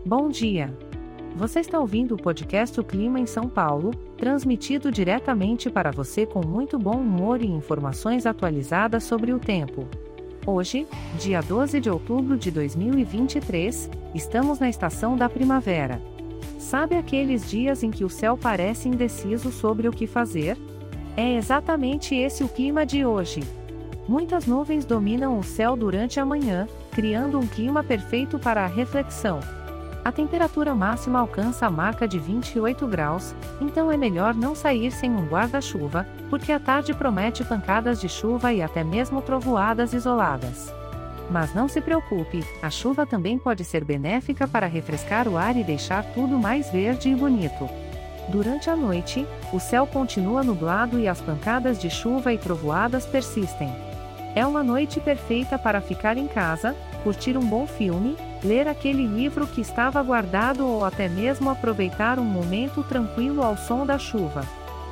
Bom dia! Você está ouvindo o podcast O Clima em São Paulo, transmitido diretamente para você com muito bom humor e informações atualizadas sobre o tempo. Hoje, dia 12 de outubro de 2023, estamos na estação da primavera. Sabe aqueles dias em que o céu parece indeciso sobre o que fazer? É exatamente esse o clima de hoje. Muitas nuvens dominam o céu durante a manhã, criando um clima perfeito para a reflexão. A temperatura máxima alcança a marca de 28 graus, então é melhor não sair sem um guarda-chuva, porque a tarde promete pancadas de chuva e até mesmo trovoadas isoladas. Mas não se preocupe, a chuva também pode ser benéfica para refrescar o ar e deixar tudo mais verde e bonito. Durante a noite, o céu continua nublado e as pancadas de chuva e trovoadas persistem. É uma noite perfeita para ficar em casa, curtir um bom filme, ler aquele livro que estava guardado ou até mesmo aproveitar um momento tranquilo ao som da chuva.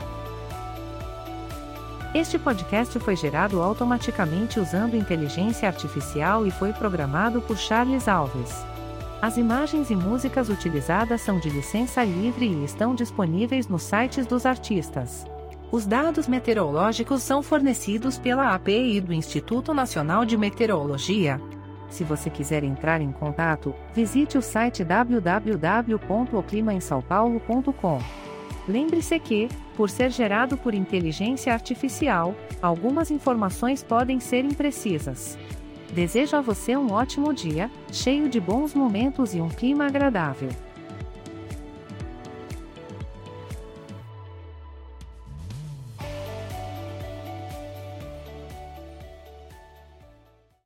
Este podcast foi gerado automaticamente usando inteligência artificial e foi programado por Charles Alves. As imagens e músicas utilizadas são de licença livre e estão disponíveis nos sites dos artistas. Os dados meteorológicos são fornecidos pela API do Instituto Nacional de Meteorologia. Se você quiser entrar em contato, visite o site www.oclimaemsaopaulo.com. Lembre-se que, por ser gerado por inteligência artificial, algumas informações podem ser imprecisas. Desejo a você um ótimo dia, cheio de bons momentos e um clima agradável.